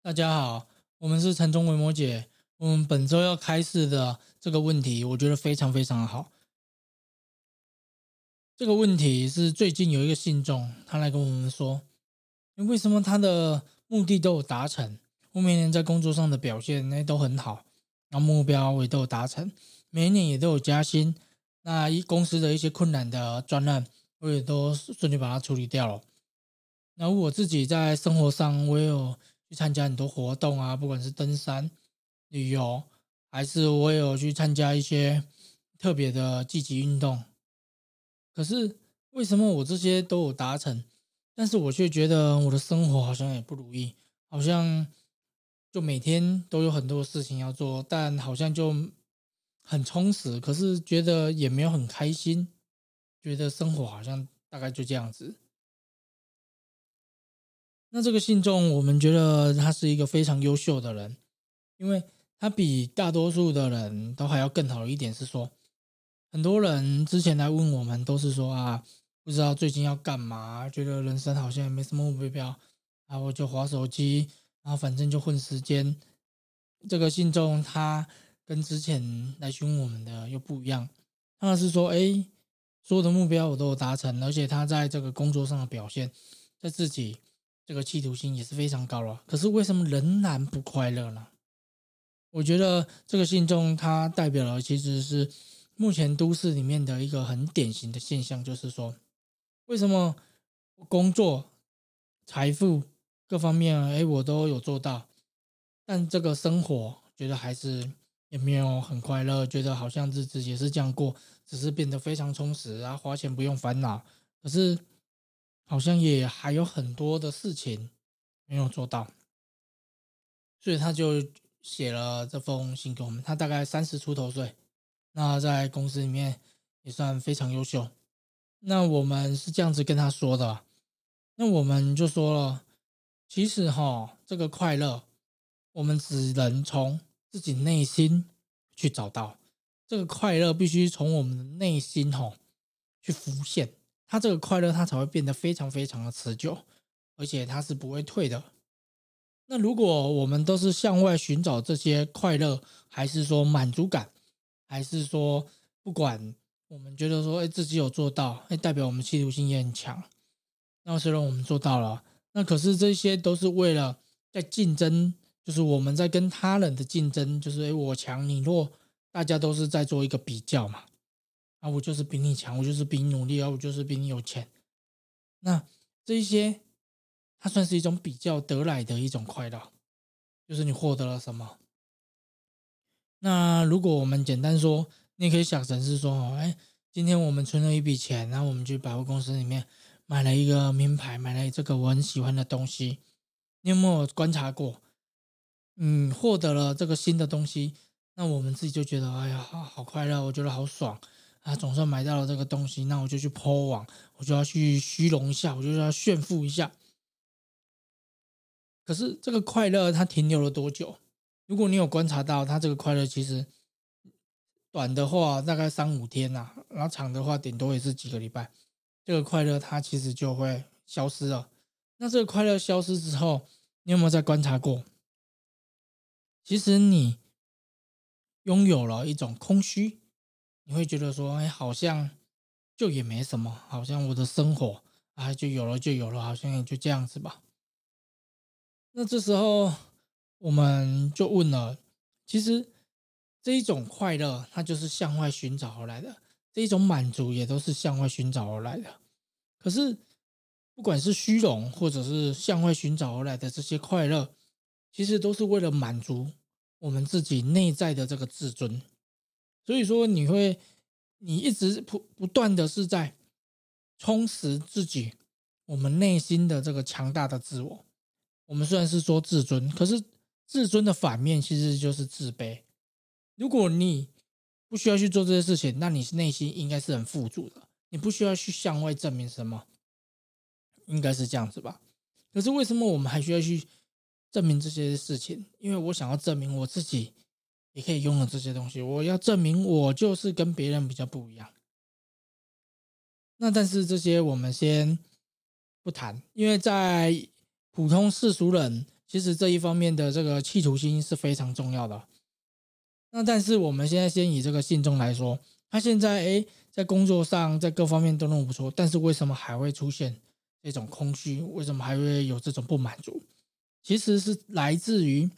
大家好，我们是陈中维摩姐。我们本周要开始的这个问题，我觉得非常非常的好。这个问题是最近有一个信众，他来跟我们说，为什么他的目的都有达成，我每年在工作上的表现都很好，然后目标我也都有达成，每一年也都有加薪，那公司的一些困难的专案，我也都顺利把它处理掉了。然后我自己在生活上，我也有去参加很多活动啊，不管是登山、旅游，还是我也有去参加一些特别的积极运动。可是为什么我这些都有达成，但是我却觉得我的生活好像也不如意，好像就每天都有很多事情要做，但好像就很充实，可是觉得也没有很开心，觉得生活好像大概就这样子。那这个信众，我们觉得他是一个非常优秀的人，因为他比大多数的人都还要更好的一点是说，很多人之前来问我们都是说啊，不知道最近要干嘛，觉得人生好像也没什么目标，然后就滑手机，然后反正就混时间。这个信众他跟之前来询问我们的又不一样，他是说，所有的目标我都有达成，而且他在这个工作上的表现，在自己这个企图心也是非常高了。可是为什么仍然不快乐呢？我觉得这个信众他代表了其实是目前都市里面的一个很典型的现象，就是说为什么工作、财富各方面我都有做到，但这个生活觉得还是也没有很快乐，觉得好像日子也是这样过，只是变得非常充实啊，花钱不用烦恼，可是好像也还有很多的事情没有做到，所以他就写了这封信给我们。他大概30出头岁，那在公司里面也算非常优秀。那我们是这样子跟他说的，那我们就说了，其实这个快乐，我们只能从自己内心去找到。这个快乐必须从我们的内心去浮现，它这个快乐它才会变得非常非常的持久，而且它是不会退的。那如果我们都是向外寻找这些快乐，还是说满足感，还是说不管我们觉得说，自己有做到，代表我们企图心也很强。那虽然我们做到了，那可是这些都是为了在竞争，就是我们在跟他人的竞争，就是我强你弱，大家都是在做一个比较嘛。啊，我就是比你强，我就是比你努力，我就是比你有钱。那这一些，它算是一种比较得来的一种快乐，就是你获得了什么。那如果我们简单说，你也可以想成是说，今天我们存了一笔钱，然后我们去百货公司里面买了一个名牌，买了这个我很喜欢的东西。你有没有观察过？获得了这个新的东西，那我们自己就觉得，哎呀，好快乐，我觉得好爽啊！总算买到了这个东西，那我就去 po 网，我就要去虚荣一下，我就要炫富一下。可是这个快乐它停留了多久？如果你有观察到，它这个快乐其实短的话大概3-5天然后长的话顶多也是几个礼拜，这个快乐它其实就会消失了。那这个快乐消失之后，你有没有在观察过？其实你拥有了一种空虚，你会觉得说，好像就也没什么，好像我的生活就有了就有了，好像也就这样子吧。那这时候我们就问了，其实这一种快乐，它就是向外寻找而来的，这一种满足也都是向外寻找而来的。可是不管是虚荣，或者是向外寻找而来的这些快乐，其实都是为了满足我们自己内在的这个自尊。所以说你一直不断的是在充实自己，我们内心的这个强大的自我。我们虽然是说自尊，可是自尊的反面其实就是自卑。如果你不需要去做这些事情，那你内心应该是很富足的，你不需要去向外证明什么，应该是这样子吧。可是为什么我们还需要去证明这些事情？因为我想要证明我自己也可以拥有这些东西，我要证明我就是跟别人比较不一样。那但是这些我们先不谈，因为在普通世俗人其实这一方面的这个企图心是非常重要的。那但是我们现在先以这个信中来说，他现在在工作上在各方面都弄不错，但是为什么还会出现这种空虚？为什么还会有这种不满足？其实是来自于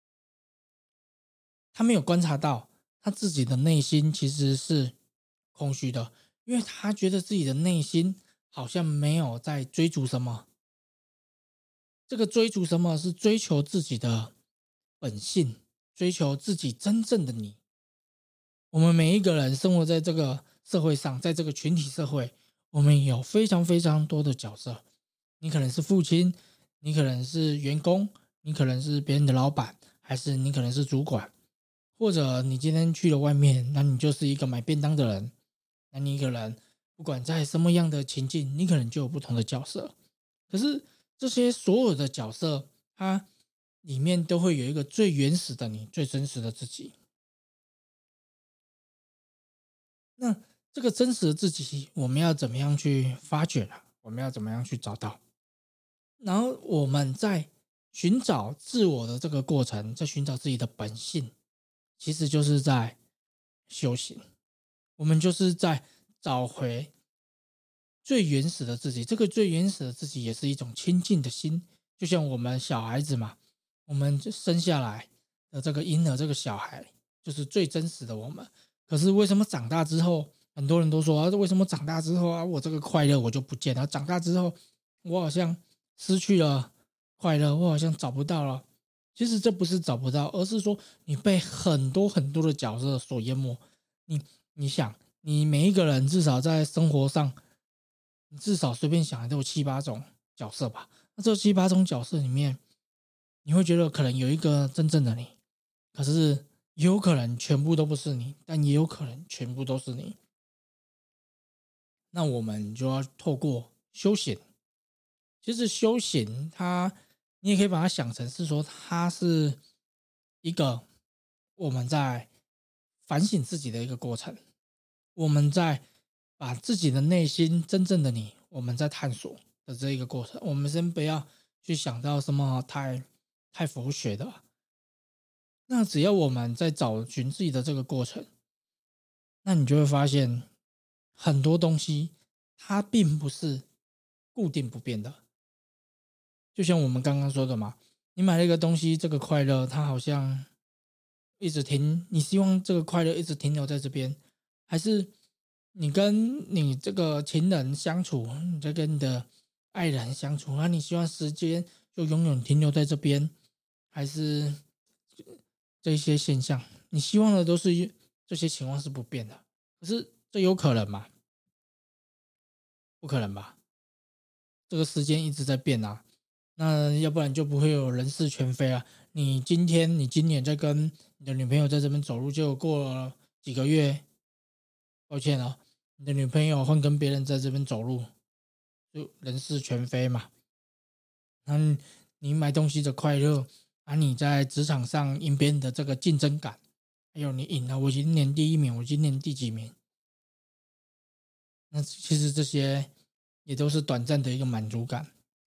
他没有观察到他自己的内心其实是空虚的，因为他觉得自己的内心好像没有在追逐什么。这个追逐什么是追求自己的本性，追求自己真正的你。我们每一个人生活在这个社会上，在这个群体社会，我们有非常非常多的角色。你可能是父亲，你可能是员工，你可能是别人的老板，还是你可能是主管，或者你今天去了外面，那你就是一个买便当的人。那你一个人不管在什么样的情境，你可能就有不同的角色。可是这些所有的角色，它里面都会有一个最原始的你，最真实的自己。那这个真实的自己，我们要怎么样去发掘呢？我们要怎么样去找到？然后我们在寻找自我的这个过程，在寻找自己的本性，其实就是在修行。我们就是在找回最原始的自己。这个最原始的自己也是一种亲近的心，就像我们小孩子嘛，我们生下来的这个婴儿，这个小孩就是最真实的我们。可是为什么长大之后，很多人都说为什么长大之后我这个快乐我就不见了？长大之后，我好像失去了快乐，我好像找不到了。其实这不是找不到，而是说你被很多很多的角色所淹没。你想，你每一个人至少在生活上，你至少随便想都有7-8种角色吧。那这7-8种角色里面，你会觉得可能有一个真正的你，可是也有可能全部都不是你，但也有可能全部都是你。那我们就要透过修行。其实修行你也可以把它想成是说，它是一个我们在反省自己的一个过程。我们在把自己的内心真正的你，我们在探索的这一个过程。我们先不要去想到什么太佛学的。那只要我们在找寻自己的这个过程，那你就会发现很多东西它并不是固定不变的。就像我们刚刚说的嘛，你买了一个东西，这个快乐它好像你希望这个快乐一直停留在这边，还是你跟你这个情人相处，你在跟你的爱人相处，那你希望时间就永远停留在这边，还是这些现象，你希望的都是这些情况是不变的？可是这有可能吗？不可能吧？这个时间一直在变啊，那要不然就不会有人事全非啊。你今年在跟你的女朋友在这边走路，结果过了几个月，抱歉啊，你的女朋友换跟别人在这边走路，就人事全非嘛。那你买东西的快乐，你在职场上赢别人的这个竞争感，还有你赢了，我今年第1名，我今年第几名，那其实这些也都是短暂的一个满足感。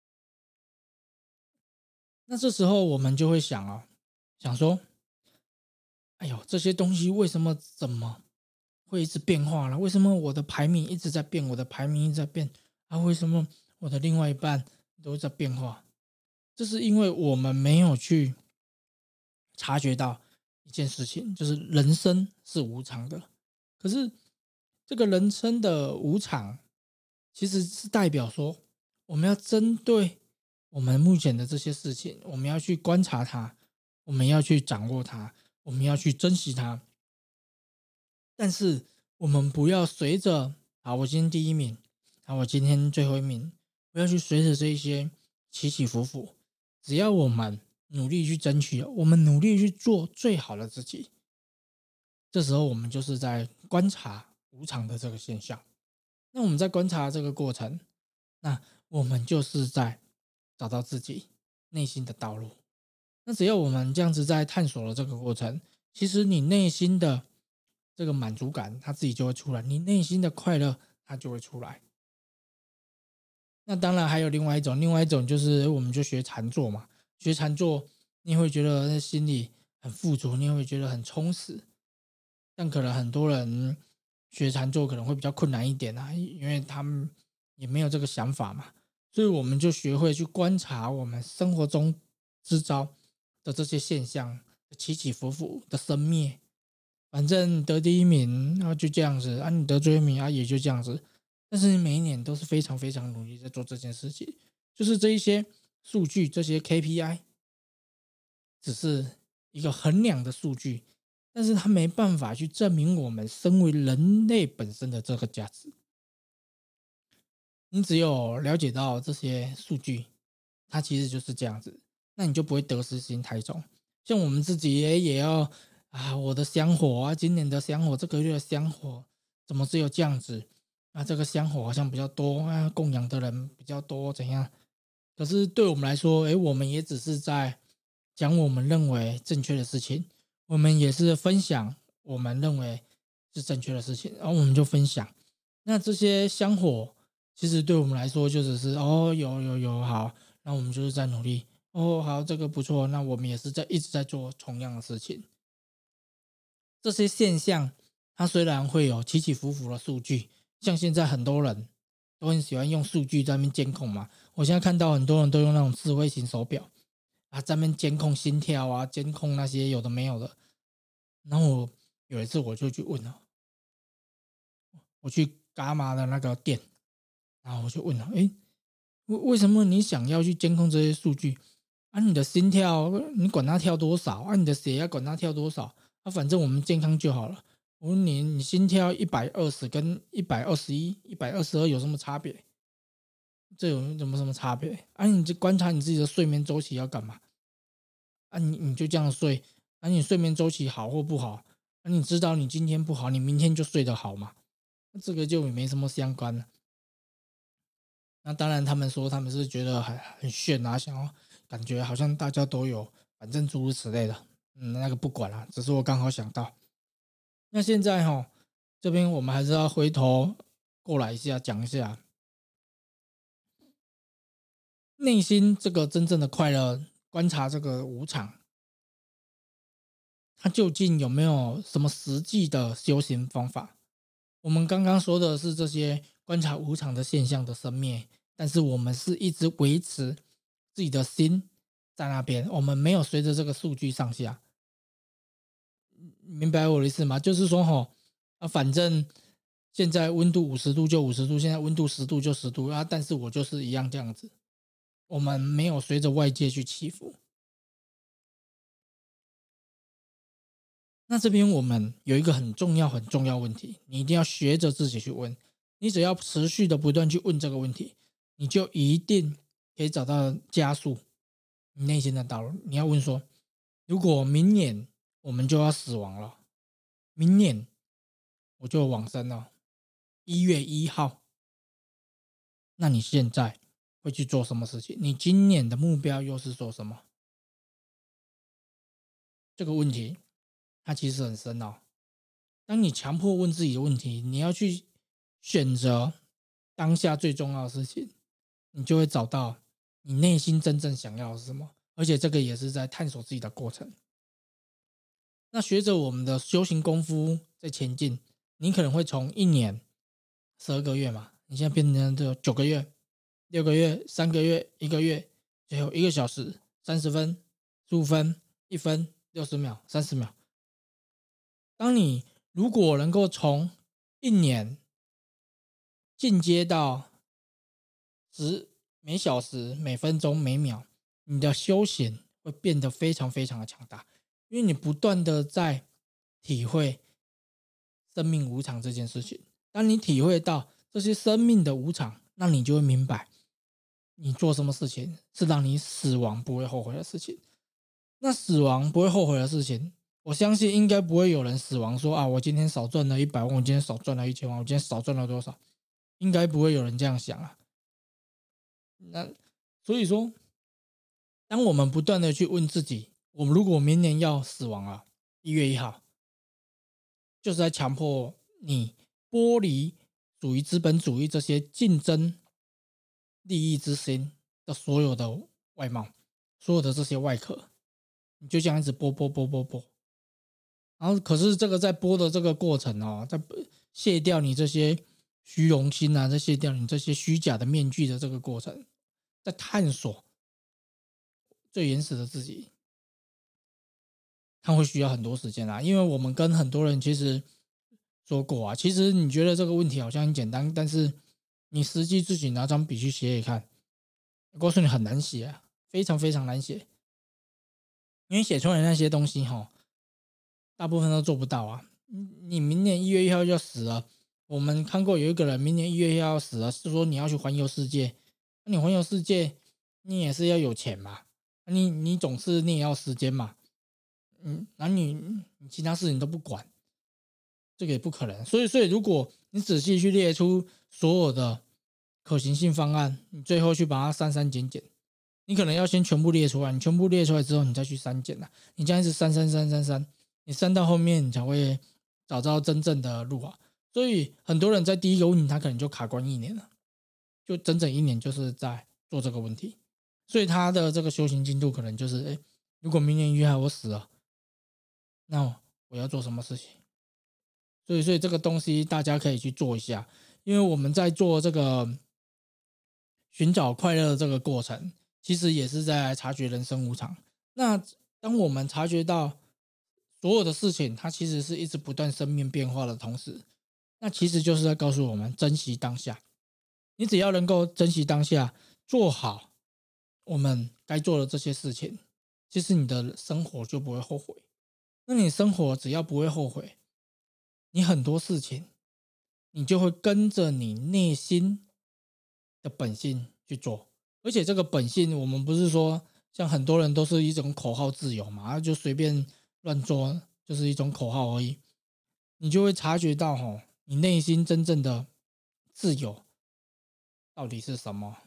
那这时候我们就会想说，哎呦，这些东西为什么怎么会一直变化了？为什么我的排名一直在变？我的排名一直在变为什么我的另外一半都在变化？这是因为我们没有去察觉到一件事情，就是人生是无常的。可是这个人生的无常，其实是代表说，我们要针对我们目前的这些事情，我们要去观察它，我们要去掌握它，我们要去珍惜它。但是我们不要随着我今天第1名，我今天最后1名，不要去随着这一些起起伏伏。只要我们努力去争取，我们努力去做最好的自己，这时候我们就是在观察无常的这个现象。那我们在观察这个过程，那我们就是在找到自己内心的道路。那只要我们这样子在探索了这个过程，其实你内心的这个满足感它自己就会出来，你内心的快乐它就会出来。那当然还有另外一种就是我们就学禅坐嘛， 学禅坐，你也会觉得心里很富足，你也会觉得很充实。但可能很多人学禅坐可能会比较困难一点啊，因为他们也没有这个想法嘛。所以我们就学会去观察我们生活中之遭的这些现象，起起伏伏的生灭。反正得第一名，然后就这样子啊，你得最后一名啊，也就这样子。但是你每一年都是非常非常努力在做这件事情，就是这一些数据，这些 KPI，只是一个衡量的数据，但是它没办法去证明我们身为人类本身的这个价值。你只有了解到这些数据，它其实就是这样子，那你就不会得失心太重。像我们自己也要啊，我的香火啊，今年的香火，这个月的香火怎么只有这样子？啊，这个香火好像比较多啊，供养的人比较多，怎样？可是对我们来说，我们也只是在讲我们认为正确的事情，我们也是分享我们认为是正确的事情，然后我们就分享。那这些香火，其实对我们来说就只是有好，那我们就是在努力好，这个不错，那我们也是一直在做同样的事情。这些现象，它虽然会有起起伏伏的数据，像现在很多人都很喜欢用数据在那边监控嘛。我现在看到很多人都用那种智慧型手表啊，在那边监控心跳啊，监控那些有的没有的。然后我有一次我就去问了，我去伽马的那个店，然后我就问了，为什么你想要去监控这些数据啊？你的心跳你管它跳多少啊？你的血压管它跳多少啊？反正我们健康就好了。我问你，你心跳120跟121、122有什么差别？这有什么差别啊？你就观察你自己的睡眠周期要干嘛啊？你就这样睡啊？你睡眠周期好或不好啊？你知道你今天不好，你明天就睡得好吗？这个就没什么相关了。那当然，他们说他们是觉得很炫啊，想要感觉好像大家都有，反正诸如此类的。那个不管了，只是我刚好想到。那现在这边我们还是要回头过来一下讲一下内心这个真正的快乐，观察这个无常，它究竟有没有什么实际的修行方法？我们刚刚说的是这些观察无常的现象的生灭，但是我们是一直维持自己的心在那边，我们没有随着这个数据上下。明白我的意思吗？就是说反正现在温度50度就50度，现在温度10度就10度啊，但是我就是一样这样子，我们没有随着外界去起伏。那这边我们有一个很重要很重要问题，你一定要学着自己去问。你只要持续的不断去问这个问题，你就一定可以找到加速你内心的道路。你要问说，如果明年我们就要死亡了，明年我就往生了，1月1号，那你现在会去做什么事情？你今年的目标又是做什么？这个问题它其实很深奥。当你强迫问自己的问题，你要去选择当下最重要的事情，你就会找到你内心真正想要的是什么。而且这个也是在探索自己的过程。那学着我们的修行功夫在前进，你可能会从1年12个月嘛，你现在变成这9个月、6个月、3个月、1个月，最后1个小时、30分、15分、1分、60秒、30秒。当你如果能够从1年进阶到每小时、每分钟、每秒，你的修行会变得非常非常的强大，因为你不断的在体会生命无常这件事情。当你体会到这些生命的无常，那你就会明白，你做什么事情是让你死亡不会后悔的事情。那死亡不会后悔的事情，我相信应该不会有人死亡说啊，我今天少赚了100万，我今天少赚了1000万，我今天少赚了多少，应该不会有人这样想啊。那所以说，当我们不断的去问自己，我们如果明年要死亡了，1月1号，就是在强迫你剥离属于资本主义这些竞争利益之心的所有的外貌， 所有的这些外壳，你就这样一直剥，然后可是这个在剥的这个过程哦，在卸掉你这些虚荣心啊，在卸掉你这些虚假的面具的这个过程，在探索最原始的自己，它会需要很多时间啊。因为我们跟很多人其实说过啊，其实你觉得这个问题好像很简单，但是你实际自己拿张笔去写写看，我告诉你很难写啊，非常非常难写。因为写出来那些东西大部分都做不到啊。你明年1月1号就要死了，我们看过有一个人明年1月1号要死了，是说你要去环游世界，那你环游世界，你也是要有钱嘛，你总是你也要时间嘛，然后你其他事情都不管，这个也不可能。所以如果你仔细去列出所有的可行性方案，你最后去把它删减，你可能要先全部列出来，你全部列出来之后，你再去删减啊。你这样一直删，你删到后面，你才会找到真正的路啊。所以很多人在第一个问题，他可能就卡关1年了，就整整1年就是在做这个问题。所以他的这个修行进度可能就是，如果明年1月我死了，那我要做什么事情？所以这个东西大家可以去做一下，因为我们在做这个寻找快乐的这个过程，其实也是在察觉人生无常。那当我们察觉到所有的事情，它其实是一直不断生命变化的同时，那其实就是在告诉我们珍惜当下。你只要能够珍惜当下，做好我们该做的这些事情，其实你的生活就不会后悔。那你生活只要不会后悔，你很多事情你就会跟着你内心的本性去做。而且这个本性，我们不是说像很多人都是一种口号自由嘛，就随便乱做，就是一种口号而已。你就会察觉到你内心真正的自由到底是什么。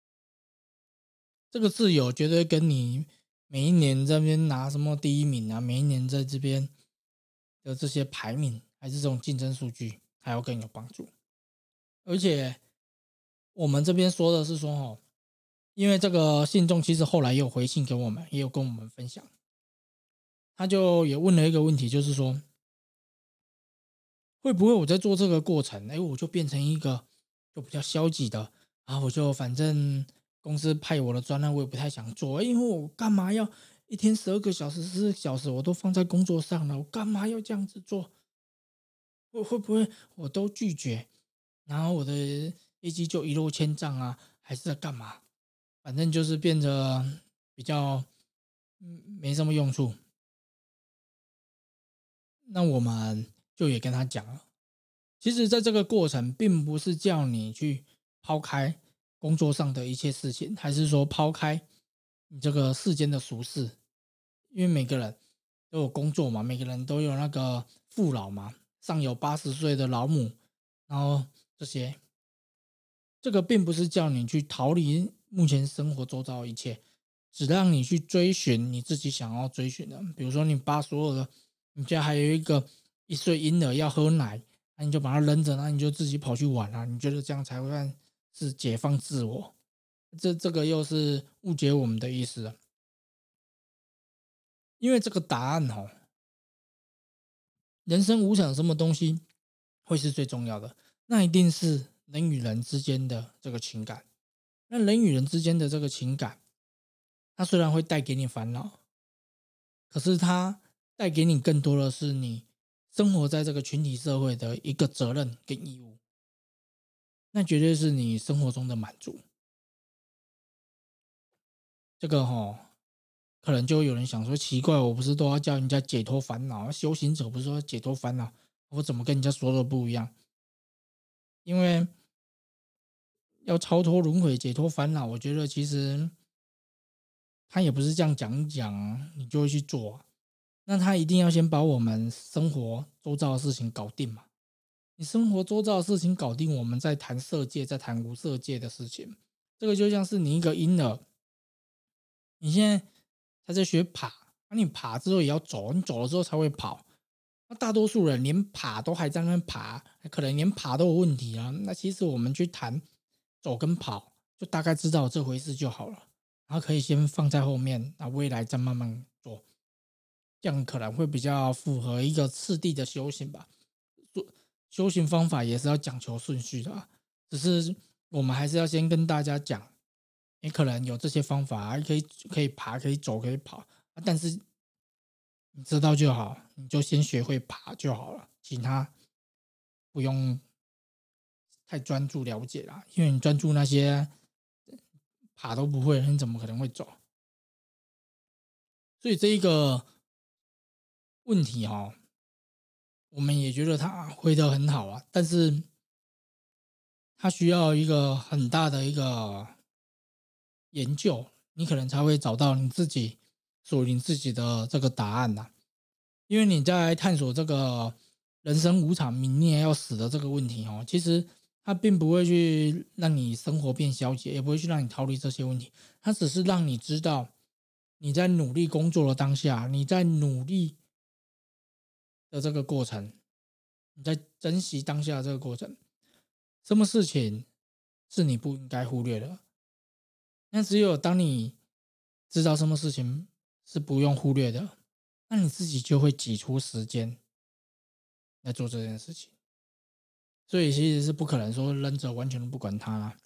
这个自由绝对跟你每一年这边拿什么第一名啊，每一年在这边的这些排名，还是这种竞争数据还要更有帮助。而且我们这边说的是说因为这个信众其实后来也有回信给我们，也有跟我们分享，他就也问了一个问题，就是说会不会我在做这个过程，我就变成一个就比较消极的啊，我就反正公司派我的专案我也不太想做，因为我干嘛要一天12个小时14个小时我都放在工作上了，我干嘛要这样子做？会不会我都拒绝，然后我的业绩就一落千丈啊？还是在干嘛？反正就是变得比较没什么用处。那我们就也跟他讲了，其实在这个过程并不是叫你去抛开工作上的一切事情，还是说抛开你这个世间的俗事，因为每个人都有工作嘛，每个人都有那个父老嘛，上有80岁的老母，然后这些，这个并不是叫你去逃离目前生活周遭的一切，只让你去追寻你自己想要追寻的。比如说你把所有的，你家还有一个1岁婴儿要喝奶，那你就把它扔着，那你就自己跑去玩啊，你觉得这样才会算是解放自我？这个又是误解我们的意思了。因为这个答案人生无常什么东西会是最重要的？那一定是人与人之间的这个情感。那人与人之间的这个情感，它虽然会带给你烦恼，可是它带给你更多的是你生活在这个群体社会的一个责任跟义务，那绝对是你生活中的满足。这个可能就有人想说奇怪，我不是都要叫人家解脱烦恼，修行者不是说解脱烦恼，我怎么跟人家说的不一样？因为要超脱轮回、解脱烦恼，我觉得其实他也不是这样讲一讲你就会去做那他一定要先把我们生活周遭的事情搞定嘛。你生活周遭的事情搞定，我们再谈色界，再谈无色界的事情。这个就像是你一个婴儿，你现在还在学爬，你爬之后也要走，你走了之后才会跑。那大多数人连爬都还在那边爬，可能连爬都有问题啊。那其实我们去谈走跟跑，就大概知道这回事就好了。 然后可以先放在后面，那未来再慢慢做，这样可能会比较符合一个次第的修行吧。修行方法也是要讲求顺序的啊，只是我们还是要先跟大家讲，你可能有这些方法，可以爬，可以走，可以跑，但是你知道就好，你就先学会爬就好了，其他不用太专注了解啦，因为你专注那些爬都不会，你怎么可能会走？所以这一个问题我们也觉得他回得很好啊，但是他需要一个很大的一个研究，你可能才会找到你属于你自己的这个答案呐。因为你在探索这个人生无常、明年要死的这个问题其实它并不会去让你生活变消极，也不会去让你逃离这些问题，它只是让你知道你在努力工作的当下，你在努力的这个过程，你在珍惜当下的这个过程，什么事情是你不应该忽略的？那只有当你知道什么事情是不用忽略的，那你自己就会挤出时间来做这件事情。所以其实是不可能说扔着完全都不管它啦。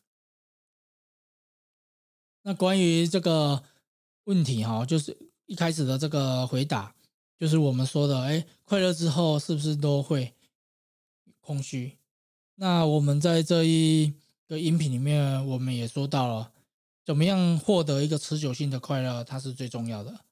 那关于这个问题就是一开始的这个回答，就是我们说的，快乐之后是不是都会空虚？那我们在这一个音频里面，我们也说到了，怎么样获得一个持久性的快乐，它是最重要的。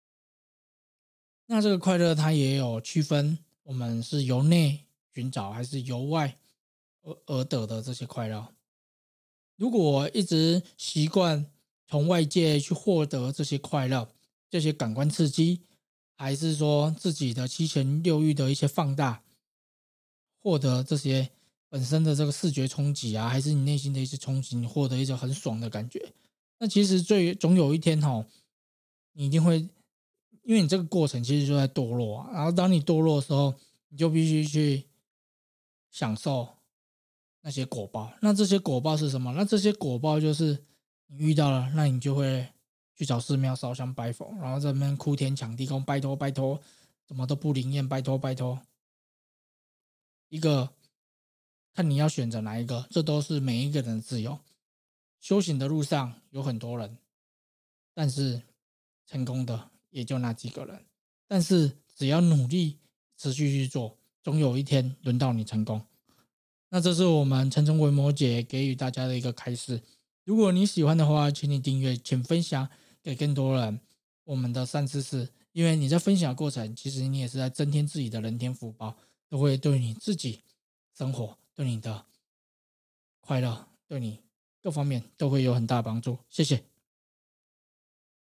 那这个快乐它也有区分，我们是由内寻找还是由外而得的这些快乐。如果一直习惯从外界去获得这些快乐，这些感官刺激，还是说自己的七情六欲的一些放大，获得这些本身的这个视觉冲击啊，还是你内心的一些冲击，你获得一种很爽的感觉。那其实总有一天你一定会，因为你这个过程其实就在堕落啊。然后当你堕落的时候，你就必须去享受那些果报。那这些果报是什么？那这些果报就是你遇到了，那你就会去找寺庙烧香拜佛，然后在那边哭天抢地，跟拜托拜托，怎么都不灵验，拜托拜托。一个看你要选择哪一个，这都是每一个人的自由。修行的路上有很多人，但是成功的也就那几个人。但是只要努力持续去做，总有一天轮到你成功。那这是我们陈崇维摩诘给予大家的一个开示。如果你喜欢的话，请你订阅，请分享给更多人我们的善知识。因为你在分享的过程，其实你也是在增添自己的人天福报，都会对你自己生活、对你的快乐、对你各方面都会有很大帮助。谢谢。